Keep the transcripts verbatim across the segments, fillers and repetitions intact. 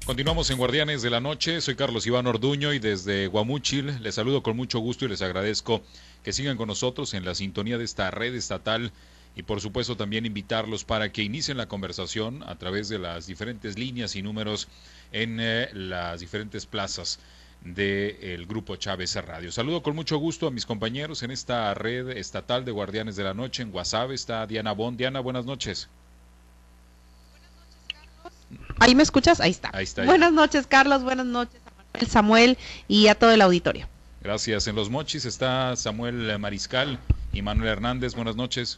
Continuamos en Guardianes de la Noche, soy Carlos Iván Orduño y desde Guamúchil les saludo con mucho gusto y les agradezco que sigan con nosotros en la sintonía de esta red estatal y por supuesto también invitarlos para que inicien la conversación a través de las diferentes líneas y números en eh, las diferentes plazas del Grupo Chávez Radio. Saludo con mucho gusto a mis compañeros en esta red estatal de Guardianes de la Noche. En WhatsApp está Diana Bond. Diana, buenas noches. ¿Ahí me escuchas? Ahí está. Ahí está. Buenas noches, Carlos. Buenas noches a Manuel, Samuel y a todo el auditorio. Gracias. En Los Mochis está Samuel Mariscal y Manuel Hernández. Buenas noches.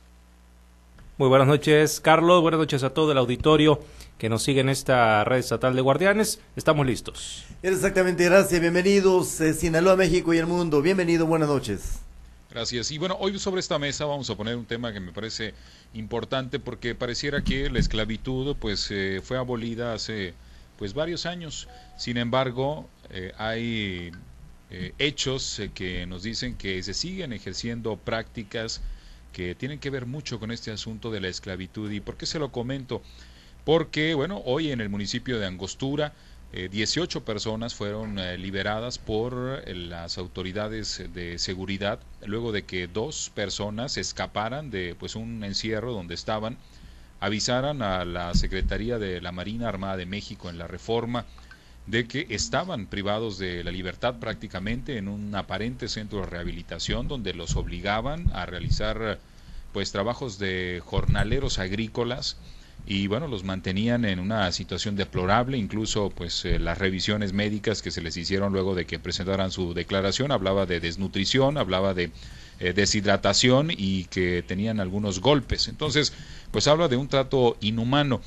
Muy buenas noches, Carlos. Buenas noches a todo el auditorio que nos sigue en esta red estatal de Guardianes. Estamos listos. Exactamente, gracias. Bienvenidos, eh, Sinaloa, México y el mundo. Bienvenido, buenas noches. Gracias. Y bueno, hoy sobre esta mesa vamos a poner un tema que me parece importante porque pareciera que la esclavitud pues eh, fue abolida hace pues varios años. Sin embargo, eh, hay eh, hechos eh, que nos dicen que se siguen ejerciendo prácticas que tienen que ver mucho con este asunto de la esclavitud. ¿Y por qué se lo comento? Porque, bueno, hoy en el municipio de Angostura, eh, dieciocho personas fueron eh, liberadas por eh, las autoridades de seguridad, luego de que dos personas escaparan de pues un encierro donde estaban, avisaran a la Secretaría de la Marina Armada de México en la Reforma de que estaban privados de la libertad prácticamente en un aparente centro de rehabilitación donde los obligaban a realizar pues trabajos de jornaleros agrícolas y bueno, los mantenían en una situación deplorable, incluso pues eh, las revisiones médicas que se les hicieron luego de que presentaran su declaración, hablaba de desnutrición, hablaba de eh, deshidratación y que tenían algunos golpes. Entonces, pues habla de un trato inhumano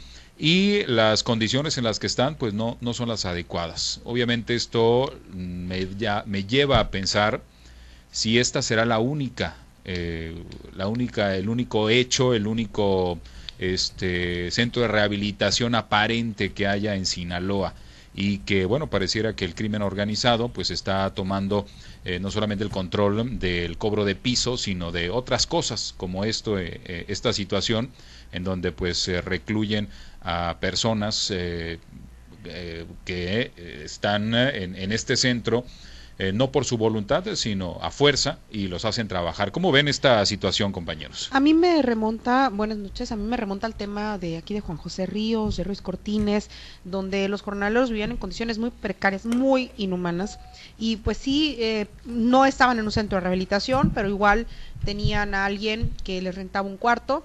y las condiciones en las que están pues no, no son las adecuadas. Obviamente esto me, ya, me lleva a pensar si esta será la única, eh, la única, el único hecho, el único este centro de rehabilitación aparente que haya en Sinaloa y que bueno, pareciera que el crimen organizado pues está tomando eh, no solamente el control del cobro de piso, sino de otras cosas como esto, eh, eh, esta situación en donde pues se eh, recluyen a personas eh, eh, que eh, están en, en este centro Eh, no por su voluntad, sino a fuerza, y los hacen trabajar. ¿Cómo ven esta situación, compañeros? A mí me remonta, buenas noches, a mí me remonta al tema de aquí de Juan José Ríos, de Ruiz Cortines, donde los jornaleros vivían en condiciones muy precarias, muy inhumanas, y pues sí, eh, no estaban en un centro de rehabilitación, pero igual tenían a alguien que les rentaba un cuarto,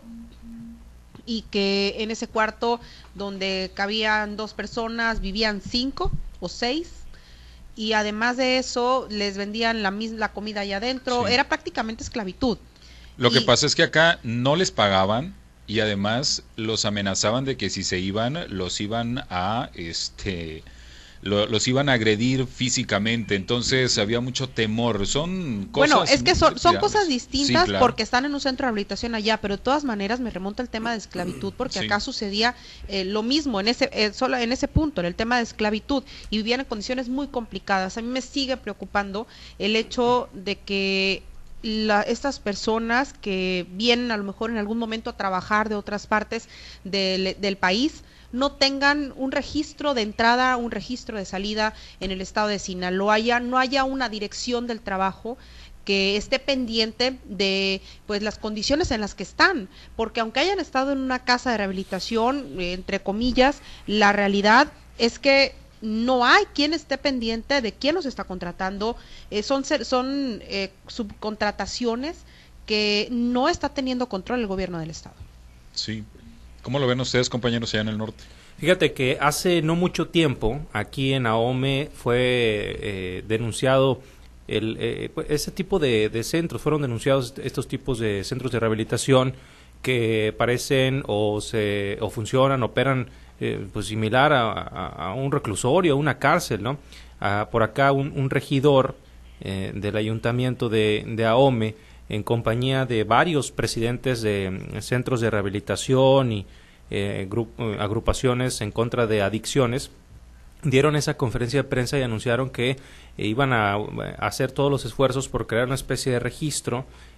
y que en ese cuarto donde cabían dos personas, vivían cinco o seis, y además de eso les vendían la misma la comida allá adentro, sí. Era prácticamente esclavitud. Lo y, que pasa es que acá no les pagaban y además los amenazaban de que si se iban los iban a este lo, los iban a agredir físicamente, entonces había mucho temor. Son cosas bueno, es que son, son cosas distintas, sí, claro, porque están en un centro de rehabilitación allá, pero de todas maneras me remonta el tema de esclavitud, porque sí. Acá sucedía eh, lo mismo en ese eh, solo en ese punto, en el tema de esclavitud, y vivían en condiciones muy complicadas. A mí me sigue preocupando el hecho de que La, estas personas que vienen a lo mejor en algún momento a trabajar de otras partes del, del país no tengan un registro de entrada, un registro de salida en el estado de Sinaloa, ya no haya una dirección del trabajo que esté pendiente de pues las condiciones en las que están, porque aunque hayan estado en una casa de rehabilitación, eh, entre comillas, la realidad es que no hay quien esté pendiente de quién los está contratando, eh, son, son eh, subcontrataciones que no está teniendo control el gobierno del estado. Sí. ¿Cómo lo ven ustedes, compañeros, allá en el norte? Fíjate que hace no mucho tiempo, aquí en Ahome, fue eh, denunciado el, eh, ese tipo de, de centros, fueron denunciados estos tipos de centros de rehabilitación que parecen o, se, o funcionan, operan Eh, pues similar a, a, a un reclusorio, a una cárcel, ¿no? Ah, por acá un, un regidor eh, del ayuntamiento de, de Ahome, en compañía de varios presidentes de eh, centros de rehabilitación y eh, gru eh, agrupaciones en contra de adicciones, dieron esa conferencia de prensa y anunciaron que eh, iban a, a hacer todos los esfuerzos por crear una especie de registro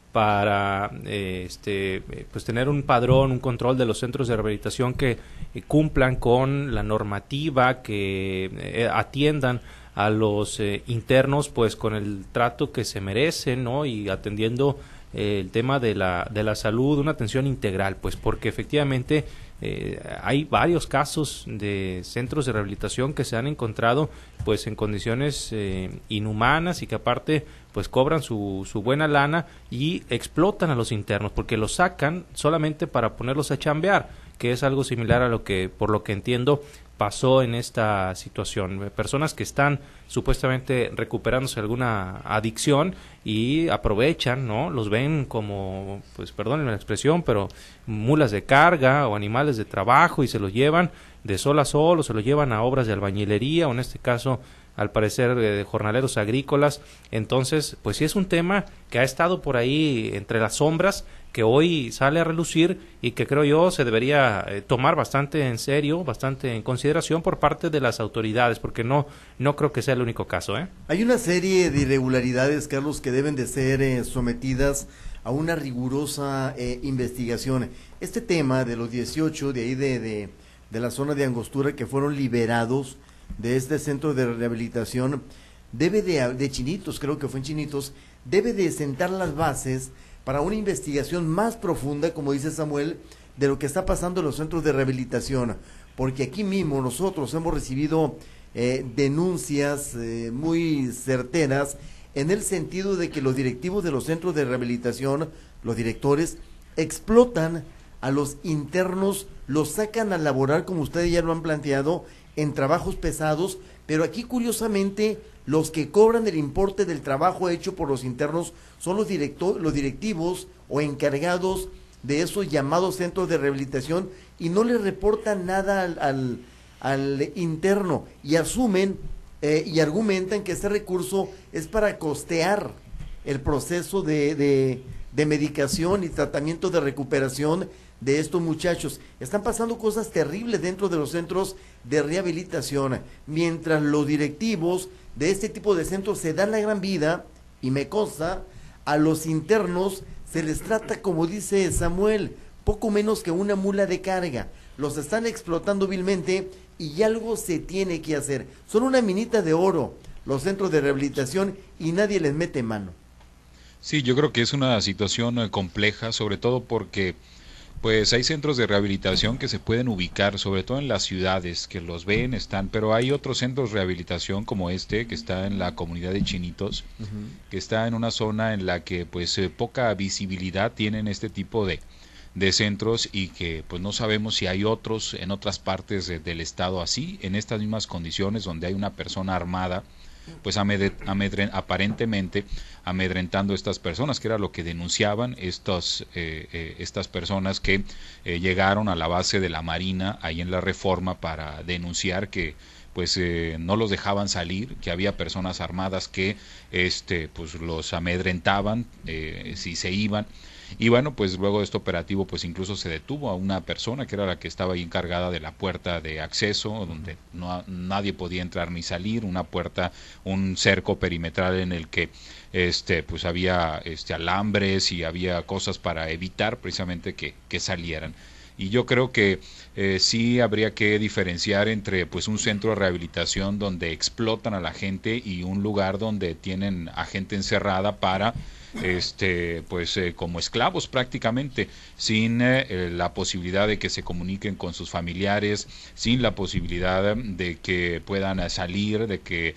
para eh, este pues tener un padrón, un control de los centros de rehabilitación que eh, cumplan con la normativa, que eh, atiendan a los eh, internos pues con el trato que se merecen, ¿no? Y atendiendo eh, el tema de la de la salud, una atención integral, pues porque efectivamente eh, hay varios casos de centros de rehabilitación que se han encontrado pues en condiciones eh, inhumanas y que aparte pues cobran su, su buena lana y explotan a los internos porque los sacan solamente para ponerlos a chambear, que es algo similar a lo que, por lo que entiendo, pasó en esta situación. Personas que están supuestamente recuperándose de alguna adicción y aprovechan, ¿no? Los ven como, pues perdónenme la expresión, pero mulas de carga o animales de trabajo y se los llevan de sol a sol o se los llevan a obras de albañilería o en este caso al parecer de jornaleros agrícolas. Entonces, pues sí es un tema que ha estado por ahí entre las sombras, que hoy sale a relucir y que creo yo se debería eh, tomar bastante en serio, bastante en consideración por parte de las autoridades, porque no no creo que sea el único caso, ¿eh? Hay una serie de irregularidades, Carlos, que deben de ser eh, sometidas a una rigurosa eh, investigación. Este tema de los dieciocho de ahí de, de, de la zona de Angostura que fueron liberados de este centro de rehabilitación, debe de, de Chinitos, creo que fue en Chinitos, debe de sentar las bases para una investigación más profunda, como dice Samuel, de lo que está pasando en los centros de rehabilitación, porque aquí mismo nosotros hemos recibido eh, denuncias eh, muy certeras en el sentido de que los directivos de los centros de rehabilitación, los directores, explotan a los internos, los sacan a laborar, como ustedes ya lo han planteado, en trabajos pesados, pero aquí curiosamente los que cobran el importe del trabajo hecho por los internos son los, directo, los directivos o encargados de esos llamados centros de rehabilitación y no le reportan nada al, al, al interno y asumen eh, y argumentan que este recurso es para costear el proceso de, de, de medicación y tratamiento de recuperación de estos muchachos. Están pasando cosas terribles dentro de los centros de rehabilitación, mientras los directivos de este tipo de centros se dan la gran vida, y me consta, a los internos se les trata, como dice Samuel, poco menos que una mula de carga. Los están explotando vilmente y algo se tiene que hacer. Son una minita de oro los centros de rehabilitación y nadie les mete mano. Sí, yo creo que es una situación eh, compleja, sobre todo porque pues hay centros de rehabilitación que se pueden ubicar, sobre todo en las ciudades, que los ven, están, pero hay otros centros de rehabilitación como este, que está en la comunidad de Chinitos, uh-huh. que está en una zona en la que pues eh, poca visibilidad tienen este tipo de, de centros y que pues no sabemos si hay otros en otras partes de, del estado así, en estas mismas condiciones donde hay una persona armada, pues amedre, amedre, aparentemente amedrentando a estas personas, que era lo que denunciaban estos, eh, eh, estas personas que eh, llegaron a la base de la Marina ahí en la Reforma para denunciar que pues eh, no los dejaban salir, que había personas armadas que este pues los amedrentaban eh, si se iban. Y bueno, pues luego de este operativo pues incluso se detuvo a una persona que era la que estaba ahí encargada de la puerta de acceso, donde no, nadie podía entrar ni salir, una puerta, un cerco perimetral en el que este pues había este alambres y había cosas para evitar precisamente que, que salieran. Y yo creo que eh, sí habría que diferenciar entre pues un centro de rehabilitación donde explotan a la gente y un lugar donde tienen a gente encerrada para este pues eh, como esclavos prácticamente, sin eh, la posibilidad de que se comuniquen con sus familiares, sin la posibilidad de que puedan salir, de que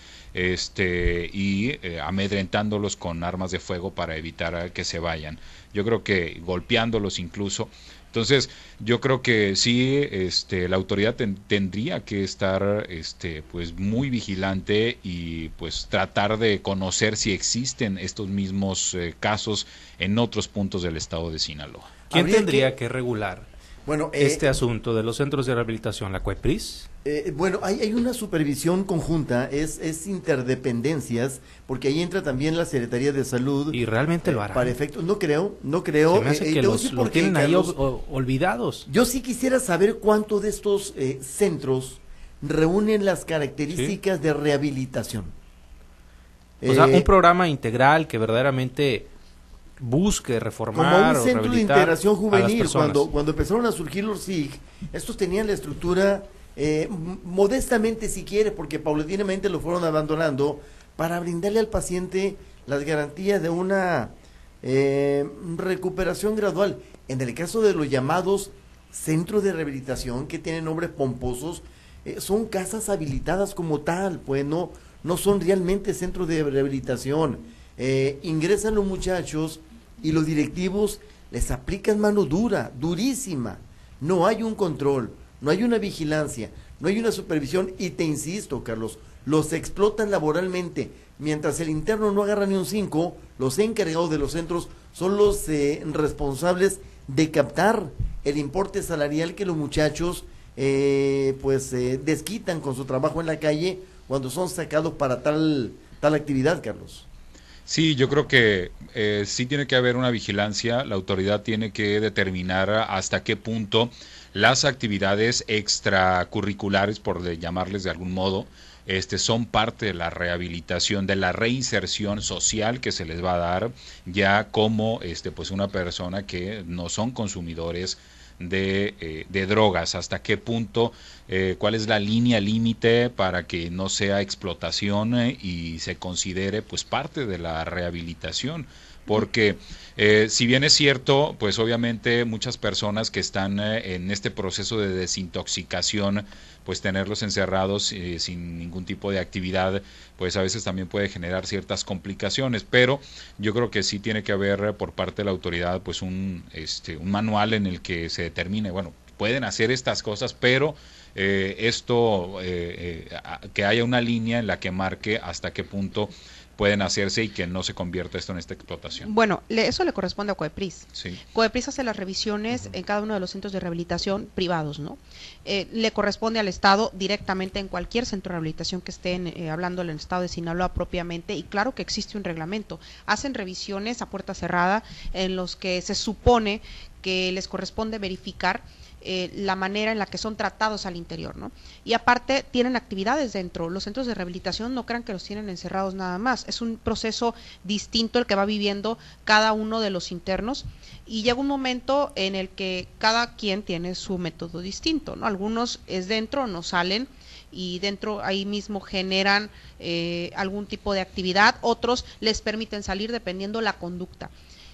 este y eh, amedrentándolos con armas de fuego para evitar que se vayan. Yo creo que golpeándolos incluso. Entonces, yo creo que sí, este, la autoridad ten, tendría que estar, este, pues, muy vigilante y, pues, tratar de conocer si existen estos mismos eh, casos en otros puntos del estado de Sinaloa. ¿Quién tendría que, que regular bueno, eh, este asunto de los centros de rehabilitación? ¿La COEPRIS? Eh, bueno, hay, hay una supervisión conjunta, es, es interdependencias, porque ahí entra también la Secretaría de Salud. ¿Y realmente lo hará? Para efectos, no creo, no creo. Se me hace eh, que eh, los, lo tienen ahí Carlos, o, olvidados. Yo sí quisiera saber cuánto de estos eh, centros reúnen las características ¿sí? de rehabilitación. O eh, sea, un programa integral que verdaderamente busque reformar como un o centro de rehabilitar integración a las juvenil. personas. Cuando, cuando empezaron a surgir los S I G, estos tenían la estructura eh, modestamente, si quiere, porque paulatinamente lo fueron abandonando, para brindarle al paciente las garantías de una eh, recuperación gradual. En el caso de los llamados centros de rehabilitación, que tienen nombres pomposos, eh, son casas habilitadas como tal, pues no, no son realmente centros de rehabilitación. Eh, ingresan los muchachos y los directivos les aplican mano dura, durísima. No hay un control, no hay una vigilancia, no hay una supervisión, y te insisto, Carlos, los explotan laboralmente. Mientras el interno no agarra ni un cinco, los encargados de los centros son los eh, responsables de captar el importe salarial que los muchachos eh, pues eh, desquitan con su trabajo en la calle cuando son sacados para tal, tal actividad, Carlos. Sí, yo creo que eh, sí tiene que haber una vigilancia, la autoridad tiene que determinar hasta qué punto las actividades extracurriculares, por llamarles de algún modo, este, son parte de la rehabilitación, de la reinserción social que se les va a dar ya como este, pues una persona que no son consumidores de, eh, de drogas. Hasta qué punto, eh, cuál es la línea límite para que no sea explotación eh, y se considere pues parte de la rehabilitación. Porque eh, si bien es cierto, pues obviamente muchas personas que están eh, en este proceso de desintoxicación, pues tenerlos encerrados eh, sin ningún tipo de actividad, pues a veces también puede generar ciertas complicaciones, pero yo creo que sí tiene que haber eh, por parte de la autoridad pues un, este, un manual en el que se determine, bueno, pueden hacer estas cosas, pero eh, esto, eh, eh, que haya una línea en la que marque hasta qué punto pueden hacerse y que no se convierta esto en esta explotación. Bueno, le, eso le corresponde a COEPRIS. Sí. COEPRIS hace las revisiones uh-huh. en cada uno de los centros de rehabilitación privados, ¿no? Eh, le corresponde al Estado directamente en cualquier centro de rehabilitación que estén eh, hablando en el Estado de Sinaloa propiamente, y claro que existe un reglamento. Hacen revisiones a puerta cerrada en los que se supone que les corresponde verificar Eh, la manera en la que son tratados al interior, ¿no? Y aparte tienen actividades dentro. Los centros de rehabilitación no crean que los tienen encerrados nada más, es un proceso distinto el que va viviendo cada uno de los internos, y llega un momento en el que cada quien tiene su método distinto, ¿no? Algunos es dentro, no salen, y dentro ahí mismo generan eh, algún tipo de actividad, otros les permiten salir dependiendo la conducta,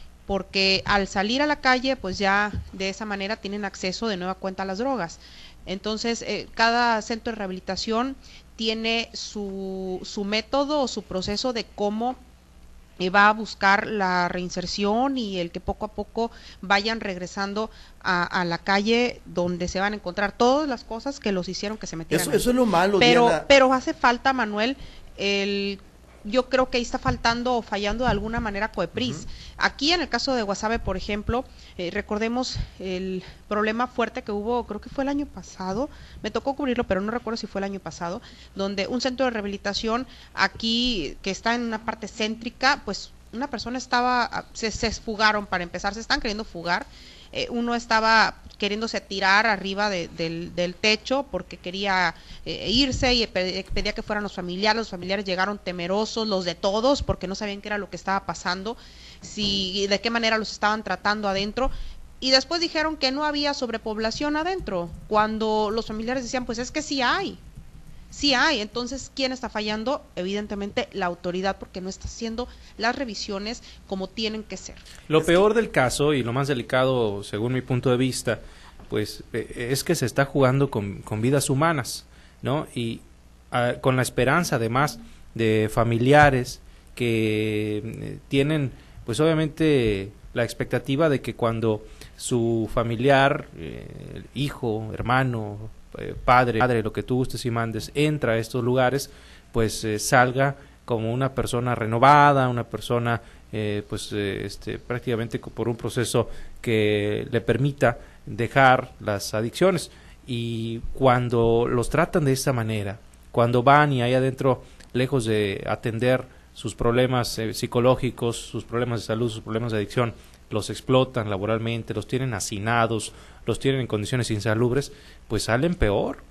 porque al salir a la calle, pues ya de esa manera tienen acceso de nueva cuenta a las drogas. Entonces, eh, cada centro de rehabilitación tiene su, su método o su proceso de cómo eh, va a buscar la reinserción y el que poco a poco vayan regresando a, a la calle, donde se van a encontrar todas las cosas que los hicieron que se metieran. Eso, eso es lo malo, pero, Diana. Pero hace falta, Manuel, el... yo creo que ahí está faltando o fallando de alguna manera COEPRIS. Uh-huh. Aquí en el caso de Guasave, por ejemplo, eh, recordemos el problema fuerte que hubo, creo que fue el año pasado, me tocó cubrirlo, pero no recuerdo si fue el año pasado, donde un centro de rehabilitación aquí, que está en una parte céntrica, pues una persona estaba, se, se fugaron para empezar, se están queriendo fugar, eh, uno estaba queriéndose tirar arriba de, del, del techo porque quería eh, irse y pedía que fueran los familiares, los familiares llegaron temerosos, los de todos, porque no sabían qué era lo que estaba pasando, si de qué manera los estaban tratando adentro, y después dijeron que no había sobrepoblación adentro, cuando los familiares decían, pues es que sí hay, sí hay. Entonces, ¿quién está fallando? Evidentemente la autoridad, porque no está haciendo las revisiones como tienen que ser. Lo peor del caso y lo más delicado, según mi punto de vista, pues eh, es que se está jugando con, con vidas humanas, ¿no? Y uh, con la esperanza, además, de familiares que eh, tienen, pues obviamente, la expectativa de que cuando su familiar, eh, hijo, hermano, padre, padre, lo que tú gustes y mandes, entra a estos lugares, pues eh, salga como una persona renovada, una persona eh, pues eh, este, prácticamente por un proceso que le permita dejar las adicciones. Y cuando los tratan de esta manera, cuando van y ahí adentro, lejos de atender sus problemas eh, psicológicos, sus problemas de salud, sus problemas de adicción, los explotan laboralmente, los tienen hacinados, los tienen en condiciones insalubres, pues salen peor,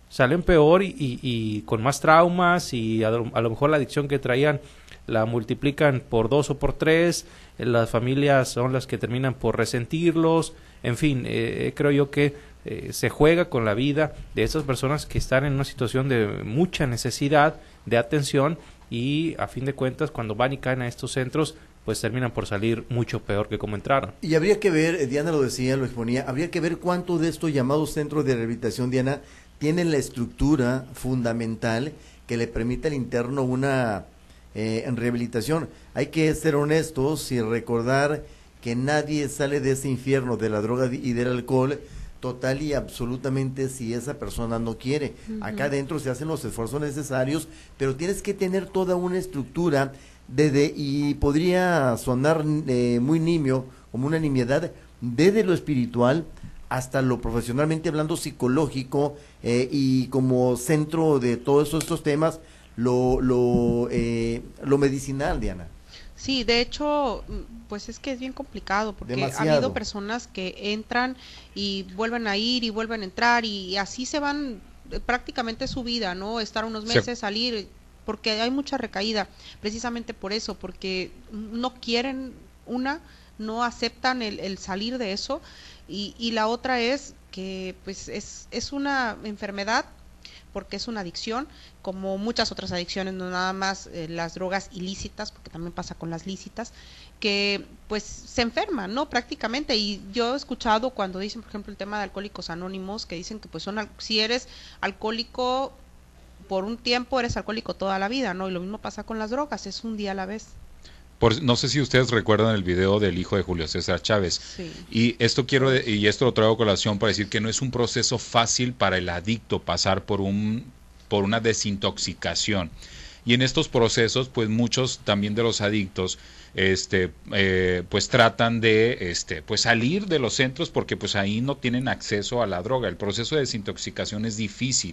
salen peor y, y, y con más traumas y a, a lo mejor la adicción que traían la multiplican por dos o por tres, las familias son las que terminan por resentirlos, en fin, eh, creo yo que eh, se juega con la vida de esas personas que están en una situación de mucha necesidad de atención y a fin de cuentas cuando van y caen a estos centros pues terminan por salir mucho peor que como entraron. Y habría que ver, Diana lo decía, lo exponía, habría que ver cuánto de estos llamados centros de rehabilitación, Diana, tienen la estructura fundamental que le permite al interno una eh, rehabilitación. Hay que ser honestos y recordar que nadie sale de ese infierno de la droga y del alcohol total y absolutamente si esa persona no quiere. Uh-huh. Acá adentro se hacen los esfuerzos necesarios, pero tienes que tener toda una estructura desde, y podría sonar eh, muy nimio, como una nimiedad, desde lo espiritual hasta lo profesionalmente hablando psicológico eh, y como centro de todos estos temas, lo, lo, eh, lo medicinal, Diana. Sí, de hecho, pues es que es bien complicado porque Demasiado. Ha habido personas que entran y vuelven a ir y vuelven a entrar y así se van prácticamente su vida, ¿no? Estar unos meses, sí. salir, porque hay mucha recaída, precisamente por eso, porque no quieren una, no aceptan el, el salir de eso y, y la otra es que pues es, es una enfermedad porque es una adicción, como muchas otras adicciones, no nada más eh, las drogas ilícitas, porque también pasa con las lícitas, que pues se enferman, ¿no? Prácticamente, y yo he escuchado cuando dicen, por ejemplo, el tema de Alcohólicos Anónimos, que dicen que pues son, si eres alcohólico por un tiempo, eres alcohólico toda la vida, ¿no? Y lo mismo pasa con las drogas, es un día a la vez. Por, no sé si ustedes recuerdan el video del hijo de Julio César Chávez. Sí. Y esto quiero y esto lo traigo a colación para decir que no es un proceso fácil para el adicto pasar por un por una desintoxicación. Y en estos procesos, pues muchos también de los adictos este eh, pues tratan de este pues salir de los centros porque pues ahí no tienen acceso a la droga. El proceso de desintoxicación es difícil.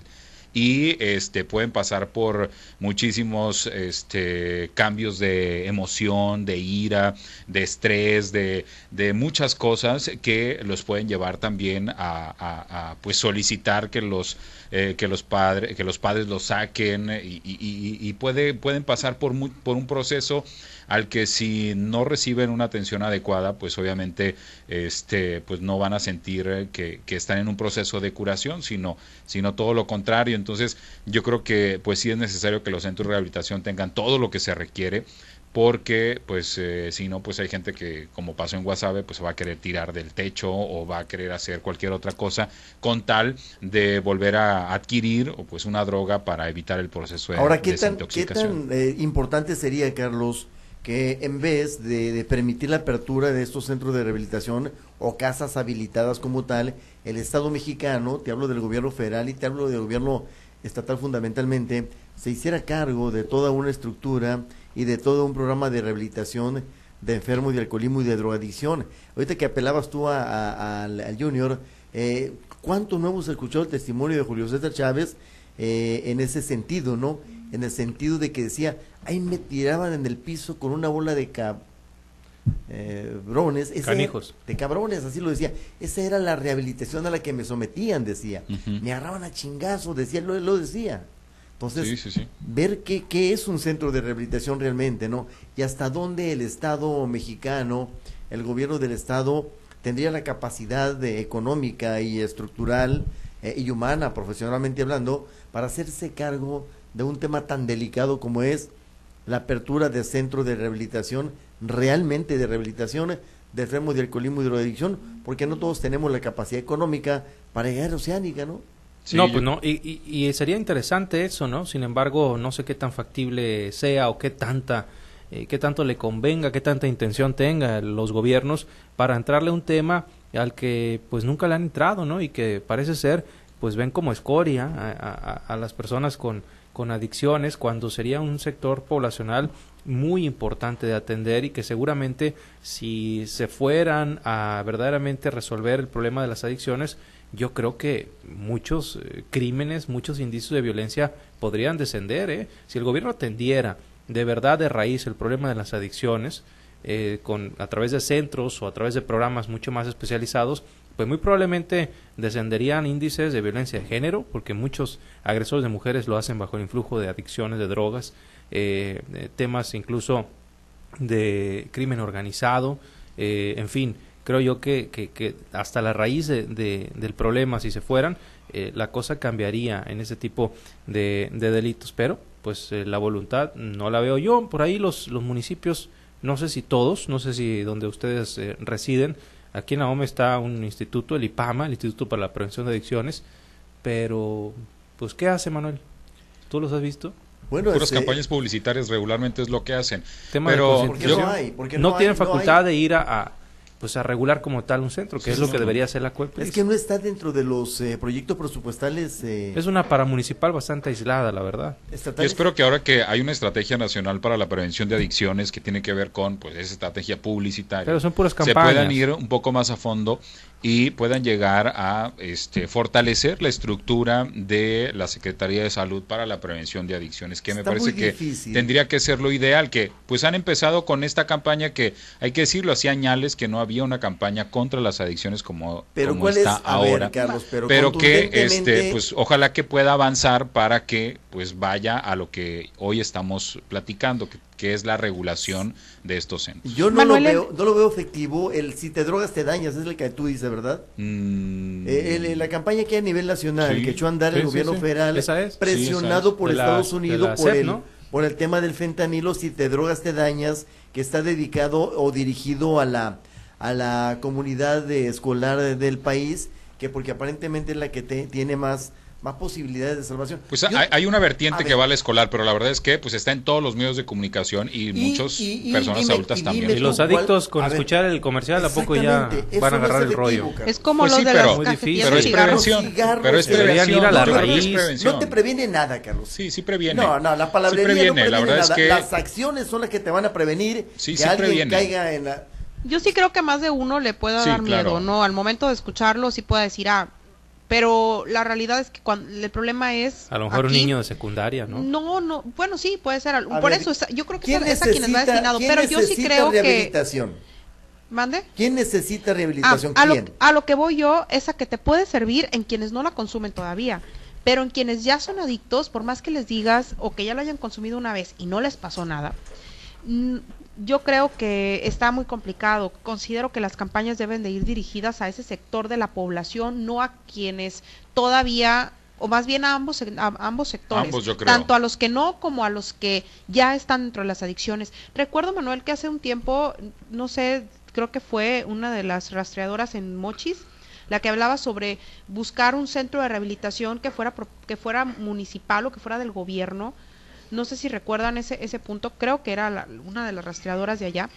Y este pueden pasar por muchísimos este cambios de emoción, de ira, de estrés, de, de muchas cosas que los pueden llevar también a, a, a pues solicitar que los eh, que los padres que los padres los saquen y, y, y puede pueden pasar por muy, por un proceso al que si no reciben una atención adecuada, pues obviamente este pues no van a sentir que, que están en un proceso de curación, sino sino todo lo contrario. Entonces yo creo que pues sí es necesario que los centros de rehabilitación tengan todo lo que se requiere, porque pues eh, si no pues hay gente que, como pasó en Guasave, pues va a querer tirar del techo o va a querer hacer cualquier otra cosa con tal de volver a adquirir o pues una droga para evitar el proceso de Ahora, ¿qué tan, desintoxicación. ¿qué tan eh, importante sería, Carlos, que en vez de, de permitir la apertura de estos centros de rehabilitación o casas habilitadas como tal, el Estado mexicano, te hablo del gobierno federal y te hablo del gobierno estatal fundamentalmente, se hiciera cargo de toda una estructura y de todo un programa de rehabilitación de enfermos de alcoholismo y de drogadicción? Ahorita que apelabas tú a, a, al, al Junior, eh, ¿cuánto no hemos escuchado el testimonio de Julio César Chávez eh, en ese sentido, no? En el sentido de que decía, ahí me tiraban en el piso con una bola de cabrones, eh, canijos, de cabrones, así lo decía, esa era la rehabilitación a la que me sometían, decía, uh-huh. me agarraban a chingazo, decía, lo, lo decía. Entonces, sí, sí, sí. ver qué, qué es un centro de rehabilitación realmente, ¿no? Y hasta dónde el Estado mexicano, el gobierno del Estado, tendría la capacidad de, económica y estructural eh, y humana, profesionalmente hablando, para hacerse cargo de un tema tan delicado como es la apertura de centros de rehabilitación, realmente de rehabilitación de enfermos de alcoholismo y drogadicción, porque no todos tenemos la capacidad económica para llegar a Oceánica, ¿no? Sí, no, pues no, y, y, y sería interesante eso, ¿no? Sin embargo, no sé qué tan factible sea o qué tanta, eh, qué tanto le convenga, qué tanta intención tenga los gobiernos para entrarle a un tema al que pues nunca le han entrado, ¿no? Y que parece ser, pues ven como escoria a, a, a las personas con, con adicciones, cuando sería un sector poblacional muy importante de atender y que seguramente si se fueran a verdaderamente resolver el problema de las adicciones, yo creo que muchos eh, crímenes, muchos indicios de violencia podrían descender, ¿eh? Si el gobierno atendiera de verdad de raíz el problema de las adicciones, eh, con a través de centros o a través de programas mucho más especializados, pues muy probablemente descenderían índices de violencia de género, porque muchos agresores de mujeres lo hacen bajo el influjo de adicciones, de drogas, eh, eh, temas incluso de crimen organizado, eh, en fin, creo yo que, que, que hasta la raíz de, de, del problema, si se fueran, eh, la cosa cambiaría en ese tipo de, de delitos, pero pues eh, la voluntad no la veo yo. Por ahí los, los municipios, no sé si todos, no sé si donde ustedes eh, residen, aquí en Ahome está un instituto, el IPAMA, el Instituto para la Prevención de Adicciones, pero pues ¿qué hace, Manuel? ¿Tú los has visto? Bueno, puras ese... campañas publicitarias regularmente es lo que hacen. Tema pero de ¿Por qué no hay? ¿Por qué no, no tienen hay? facultad no hay. de ir a, a pues a regular como tal un centro, que sí, es lo no, que no. debería hacer la CUEP. Es que no está dentro de los eh, proyectos presupuestales. Eh, es una paramunicipal bastante aislada, la verdad. Yo espero que ahora que hay una estrategia nacional para la prevención de adicciones que tiene que ver con pues esa estrategia publicitaria, pero son puras campañas, se puedan ir un poco más a fondo y puedan llegar a este fortalecer la estructura de la Secretaría de Salud para la prevención de adicciones, que está me parece que difícil. Tendría que ser lo ideal, que pues han empezado con esta campaña que hay que decirlo, hacía añales que no había una campaña contra las adicciones como, pero como ¿cuál está es? A ahora, ver, Carlos, pero, pero que contundentemente... este pues ojalá que pueda avanzar para que pues vaya a lo que hoy estamos platicando, que, que es la regulación de estos centros. Yo no Manuel, lo veo, no lo veo efectivo. El si te drogas te dañas, es el que tú dices, ¿verdad? Mm. Eh, el, la campaña que hay a nivel nacional, Sí. que echó a andar Sí, el sí, gobierno sí. federal, Esa es. presionado Sí, esa es. por De la- Estados de Unidos la por C E P, el ¿no? por el tema del fentanilo, si te drogas te dañas, que está dedicado o dirigido a la a la comunidad de escolar de- del país, que porque aparentemente es la que te, tiene más más posibilidades de salvación. Pues Yo- hay, hay una vertiente a que ver, va al escolar, pero la verdad es que pues está en todos los medios de comunicación y, Y- muchas y- y personas dime- adultas y también. dime Y los tú, ¿cuál? adictos con A ver, escuchar el comercial ¿a poco ya exactamente, eso van a no es agarrar el efectivo, rollo? Carlos. Es como Pues los sí, de pero- las Muy cajetillas difícil. Pero de es cigarros. prevención, cigarros, pero es deberían prevención. ir a la Yo creo que es raíz. prevención. No te previene nada, Carlos. Sí, sí previene. No, no, la palabrería sí previene. no previene La verdad nada. es que Las acciones son las que te van a prevenir Sí, que sí alguien previene. caiga en la... Yo sí creo que más de uno le pueda Sí, dar claro. miedo, ¿no? Al momento de escucharlo sí pueda decir, ah, pero la realidad es que cuando el problema es A lo mejor un aquí, niño de secundaria, ¿no? No, no, bueno, sí, puede ser. A Por ver, eso, es- yo creo que ¿quién es a quienes va necesita- destinado, quién pero yo sí necesita creo que... rehabilitación? ¿Mande? ¿Quién necesita Ah, rehabilitación? a, lo, ¿Quién? a lo que voy yo es a que te puede servir en quienes no la consumen todavía, pero en quienes ya son adictos, por más que les digas o que ya la hayan consumido una vez y no les pasó nada, mm, yo creo que está muy complicado. Considero que las campañas deben de ir dirigidas a ese sector de la población, no a quienes todavía, o más bien a ambos, a ambos sectores, Ambos, yo creo. tanto a los que no como a los que ya están dentro de las adicciones. Recuerdo, Manuel, que hace un tiempo, no sé, creo que fue una de las rastreadoras en Mochis, la que hablaba sobre buscar un centro de rehabilitación que fuera pro- que fuera municipal o que fuera del gobierno. No sé si recuerdan ese ese punto, creo que era la- una de las rastreadoras de allá.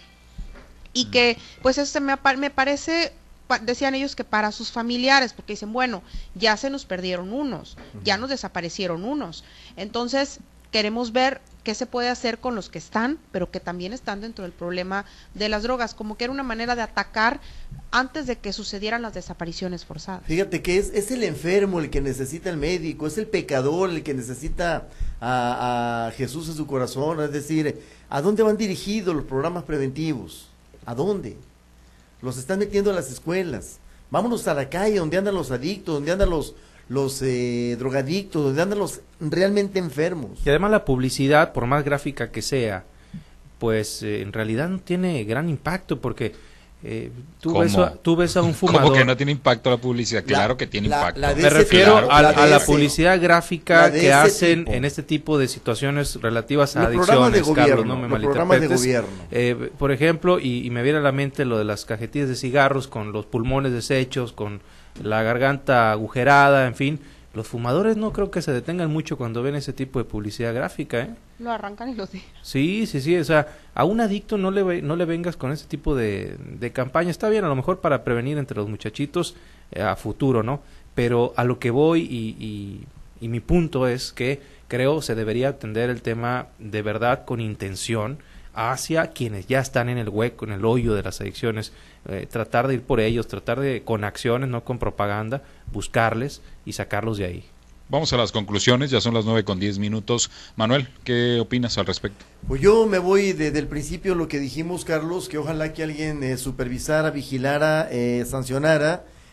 Y que, pues, eso me, apa- me parece, pa- decían ellos que para sus familiares, porque dicen, bueno, ya se nos perdieron unos, ya nos desaparecieron unos. Entonces, queremos ver qué se puede hacer con los que están, pero que también están dentro del problema de las drogas, como que era una manera de atacar antes de que sucedieran las desapariciones forzadas. Fíjate que es, es el enfermo el que necesita el médico, es el pecador el que necesita a, a Jesús en su corazón. Es decir, ¿a dónde van dirigidos los programas preventivos? ¿A dónde? Los están metiendo a las escuelas. Vámonos a la calle donde andan los adictos, donde andan los, los eh, drogadictos, donde andan los realmente enfermos. Y además la publicidad, por más gráfica que sea, pues eh, en realidad no tiene gran impacto porque eh, tú, ¿Cómo? ves a, tú ves a un fumador... Como que no tiene impacto la publicidad, La- claro que tiene la- impacto. la de Me ese refiero tipo, a, la a de la ese- publicidad gráfica la de que ese hacen tipo. en este tipo de situaciones relativas a Los programas de adicciones, Carlos, gobierno, no me los programas de malinterpretes. gobierno. Eh, por ejemplo, y, y me viene a la mente lo de las cajetillas de cigarros con los pulmones deshechos, con la garganta agujerada, en fin. Los fumadores no creo que se detengan mucho cuando ven ese tipo de publicidad gráfica, ¿eh? Lo arrancan y lo dejan. Sí, sí, sí, o sea, a un adicto no le ve- no le vengas con ese tipo de, de campaña. Está bien, a lo mejor para prevenir entre los muchachitos eh, a futuro, ¿no? Pero a lo que voy y, y, y mi punto es que creo se debería atender el tema de verdad con intención hacia quienes ya están en el hueco, en el hoyo de las adicciones, eh, tratar de ir por ellos, tratar de, con acciones, no con propaganda, buscarles y sacarlos de ahí. Vamos a las conclusiones, ya son las nueve con diez minutos. Manuel, ¿qué opinas al respecto? Pues yo me voy desde el principio lo que dijimos, Carlos, que ojalá que alguien eh, supervisara, vigilara, eh, sancionara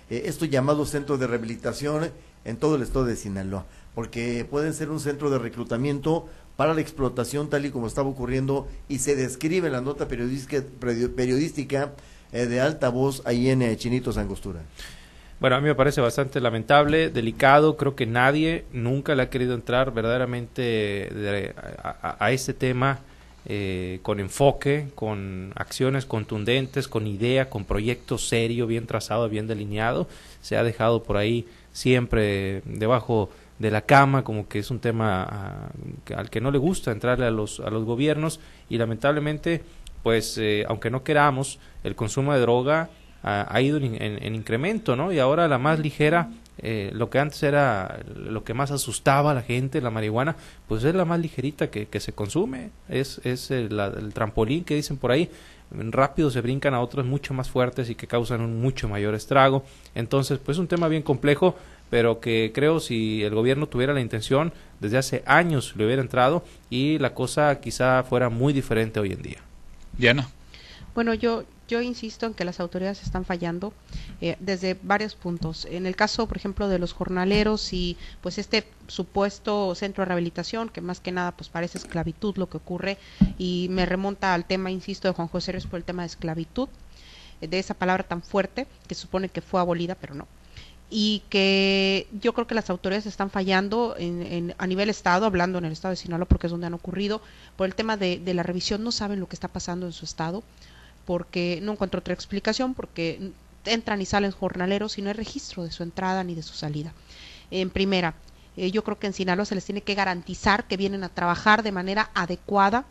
eh, estos llamados centros de rehabilitación en todo el estado de Sinaloa, porque pueden ser un centro de reclutamiento para la explotación tal y como estaba ocurriendo y se describe en la nota periodística, periodística eh, de alta voz ahí en eh, Chinitos Angostura. Bueno, a mí me parece bastante lamentable, delicado, creo que nadie nunca le ha querido entrar verdaderamente de, a, a, a este tema eh, con enfoque, con acciones contundentes, con idea, con proyecto serio, bien trazado, bien delineado. Se ha dejado por ahí siempre debajo de la cama, como que es un tema uh, al que no le gusta entrarle a los, a los gobiernos y lamentablemente, pues eh, aunque no queramos, el consumo de droga ha ido en, en, en incremento, ¿no? Y ahora la más ligera, eh, lo que antes era lo que más asustaba a la gente, la marihuana, pues es la más ligerita que, que se consume, es, es el, la, el trampolín que dicen por ahí, rápido se brincan a otros mucho más fuertes y que causan un mucho mayor estrago. Entonces, pues es un tema bien complejo, pero que creo si el gobierno tuviera la intención, desde hace años le hubiera entrado y la cosa quizá fuera muy diferente hoy en día. Diana. Bueno, yo yo insisto en que las autoridades están fallando eh, desde varios puntos. En el caso, por ejemplo, de los jornaleros y pues este supuesto centro de rehabilitación, que más que nada pues parece esclavitud lo que ocurre, y me remonta al tema, insisto, de Juan José Ríos por el tema de esclavitud, eh, de esa palabra tan fuerte que supone que fue abolida, pero no. Y que yo creo que las autoridades están fallando en, en, a nivel estado, hablando en el estado de Sinaloa porque es donde han ocurrido, por el tema de, de la revisión, no saben lo que está pasando en su estado, porque no encuentro otra explicación, porque entran y salen jornaleros y no hay registro de su entrada ni de su salida. En primera, eh, yo creo que en Sinaloa se les tiene que garantizar que vienen a trabajar de manera adecuada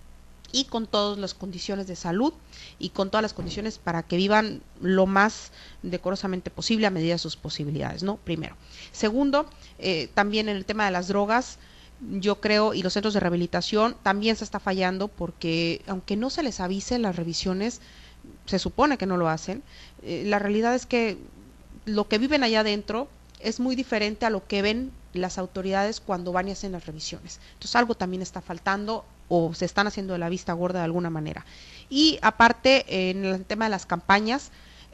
y con todas las condiciones de salud y con todas las condiciones para que vivan lo más decorosamente posible a medida de sus posibilidades, ¿no? Primero. Segundo, eh, también en el tema de las drogas, yo creo, y los centros de rehabilitación también se está fallando porque aunque no se les avise las revisiones, se supone que no lo hacen, eh, la realidad es que lo que viven allá adentro es muy diferente a lo que ven las autoridades cuando van y hacen las revisiones. Entonces algo también está faltando o se están haciendo de la vista gorda de alguna manera. Y aparte, en el tema de las campañas,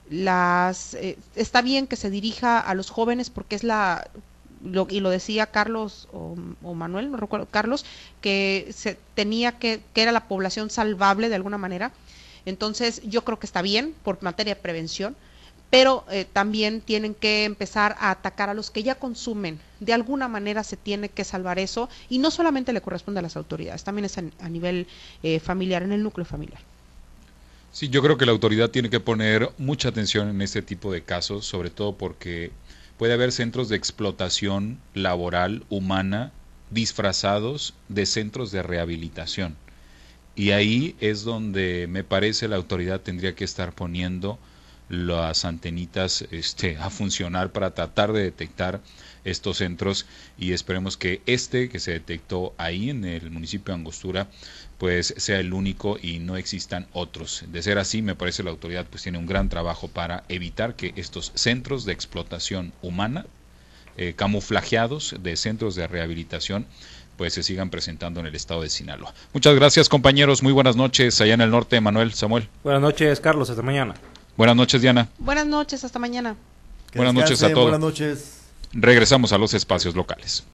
las eh, está bien que se dirija a los jóvenes porque es la... Lo, y lo decía Carlos o, o Manuel, no recuerdo, Carlos, que se tenía que, que era la población salvable de alguna manera. Entonces yo creo que está bien por materia de prevención, pero eh, también tienen que empezar a atacar a los que ya consumen. De alguna manera se tiene que salvar eso y no solamente le corresponde a las autoridades, también es a, a nivel eh, familiar, en el núcleo familiar. Sí, yo creo que la autoridad tiene que poner mucha atención en este tipo de casos, sobre todo porque puede haber centros de explotación laboral humana disfrazados de centros de rehabilitación. Y ahí es donde me parece la autoridad tendría que estar poniendo las antenitas este, a funcionar para tratar de detectar estos centros, y esperemos que este que se detectó ahí en el municipio de Angostura pues sea el único y no existan otros. De ser así, me parece la autoridad pues tiene un gran trabajo para evitar que estos centros de explotación humana eh, camuflajeados de centros de rehabilitación pues se sigan presentando en el estado de Sinaloa. Muchas gracias, compañeros, muy buenas noches allá en el norte. Manuel, Samuel. Buenas noches, Carlos, hasta mañana. Buenas noches, Diana. Buenas noches, hasta mañana. Que buenas noches a todos. Buenas noches. Regresamos a los espacios locales.